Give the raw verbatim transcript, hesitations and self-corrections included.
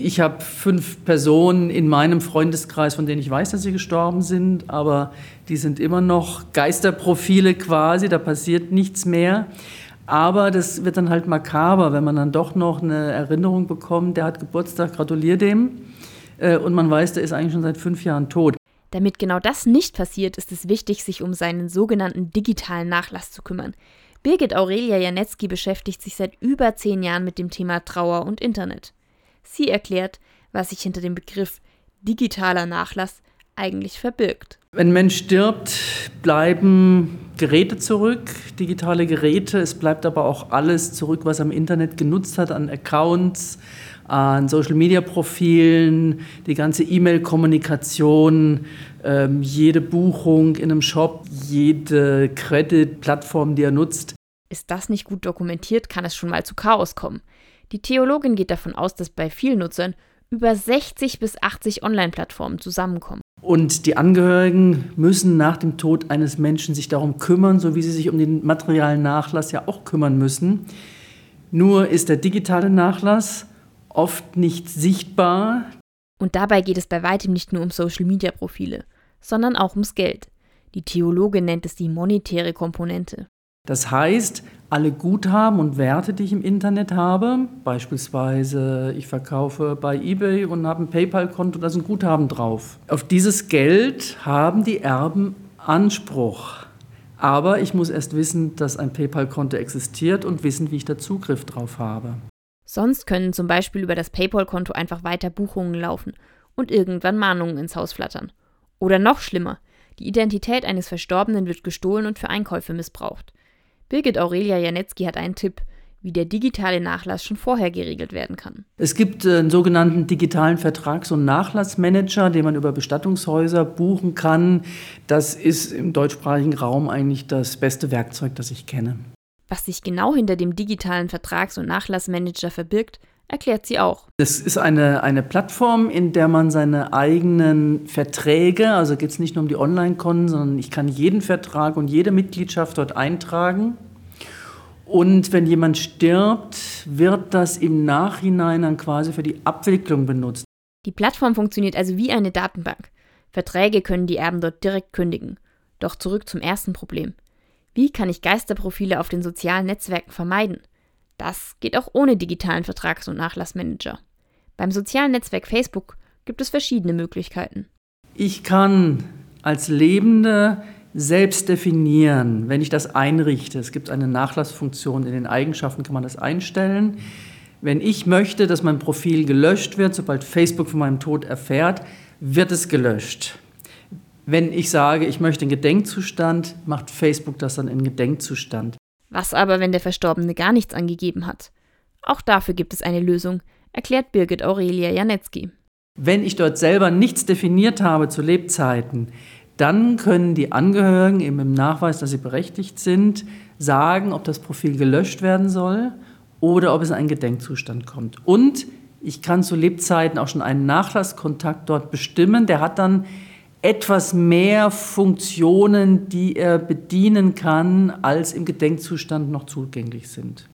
ich habe fünf Personen in meinem Freundeskreis, von denen ich weiß, dass sie gestorben sind, aber die sind immer noch Geisterprofile quasi, da passiert nichts mehr. Aber das wird dann halt makaber, wenn man dann doch noch eine Erinnerung bekommt, der hat Geburtstag, gratulier dem. Und man weiß, der ist eigentlich schon seit fünf Jahren tot. Damit genau das nicht passiert, ist es wichtig, sich um seinen sogenannten digitalen Nachlass zu kümmern. Birgit Aurelia Janetzki beschäftigt sich seit über zehn Jahren mit dem Thema Trauer und Internet. Sie erklärt, was sich hinter dem Begriff digitaler Nachlass eigentlich verbirgt. Wenn ein Mensch stirbt, bleiben Geräte zurück, digitale Geräte. Es bleibt aber auch alles zurück, was er im Internet genutzt hat, an Accounts, an Social-Media-Profilen, die ganze E-Mail-Kommunikation, ähm, jede Buchung in einem Shop, jede Credit-Plattform, die er nutzt. Ist das nicht gut dokumentiert, kann es schon mal zu Chaos kommen. Die Theologin geht davon aus, dass bei vielen Nutzern über sechzig bis achtzig Online-Plattformen zusammenkommen. Und die Angehörigen müssen nach dem Tod eines Menschen sich darum kümmern, so wie sie sich um den materialen Nachlass ja auch kümmern müssen. Nur ist der digitale Nachlass oft nicht sichtbar. Und dabei geht es bei weitem nicht nur um Social-Media-Profile, sondern auch ums Geld. Die Theologin nennt es die monetäre Komponente. Das heißt, alle Guthaben und Werte, die ich im Internet habe, beispielsweise ich verkaufe bei eBay und habe ein PayPal-Konto, da ist ein Guthaben drauf. Auf dieses Geld haben die Erben Anspruch. Aber ich muss erst wissen, dass ein PayPal-Konto existiert und wissen, wie ich da Zugriff drauf habe. Sonst können zum Beispiel über das PayPal-Konto einfach weiter Buchungen laufen und irgendwann Mahnungen ins Haus flattern. Oder noch schlimmer, die Identität eines Verstorbenen wird gestohlen und für Einkäufe missbraucht. Birgit Aurelia Janetzki hat einen Tipp, wie der digitale Nachlass schon vorher geregelt werden kann. Es gibt einen sogenannten digitalen Vertrags- und Nachlassmanager, den man über Bestattungshäuser buchen kann. Das ist im deutschsprachigen Raum eigentlich das beste Werkzeug, das ich kenne. Was sich genau hinter dem digitalen Vertrags- und Nachlassmanager verbirgt, erklärt sie auch. Es ist eine, eine Plattform, in der man seine eigenen Verträge, also geht es nicht nur um die Online-Konten, sondern ich kann jeden Vertrag und jede Mitgliedschaft dort eintragen. Und wenn jemand stirbt, wird das im Nachhinein dann quasi für die Abwicklung benutzt. Die Plattform funktioniert also wie eine Datenbank. Verträge können die Erben dort direkt kündigen. Doch zurück zum ersten Problem. Wie kann ich Geisterprofile auf den sozialen Netzwerken vermeiden? Das geht auch ohne digitalen Vertrags- und Nachlassmanager. Beim sozialen Netzwerk Facebook gibt es verschiedene Möglichkeiten. Ich kann als Lebende selbst definieren, wenn ich das einrichte. Es gibt eine Nachlassfunktion, in den Eigenschaften kann man das einstellen. Wenn ich möchte, dass mein Profil gelöscht wird, sobald Facebook von meinem Tod erfährt, wird es gelöscht. Wenn ich sage, ich möchte einen Gedenkzustand, macht Facebook das dann in Gedenkzustand. Was aber, wenn der Verstorbene gar nichts angegeben hat? Auch dafür gibt es eine Lösung, erklärt Birgit Aurelia Janetzki. Wenn ich dort selber nichts definiert habe zu Lebzeiten, dann können die Angehörigen eben im Nachweis, dass sie berechtigt sind, sagen, ob das Profil gelöscht werden soll oder ob es in einen Gedenkzustand kommt. Und ich kann zu Lebzeiten auch schon einen Nachlasskontakt dort bestimmen. Der hat dann etwas mehr Funktionen, die er bedienen kann, als im Gedenkzustand noch zugänglich sind.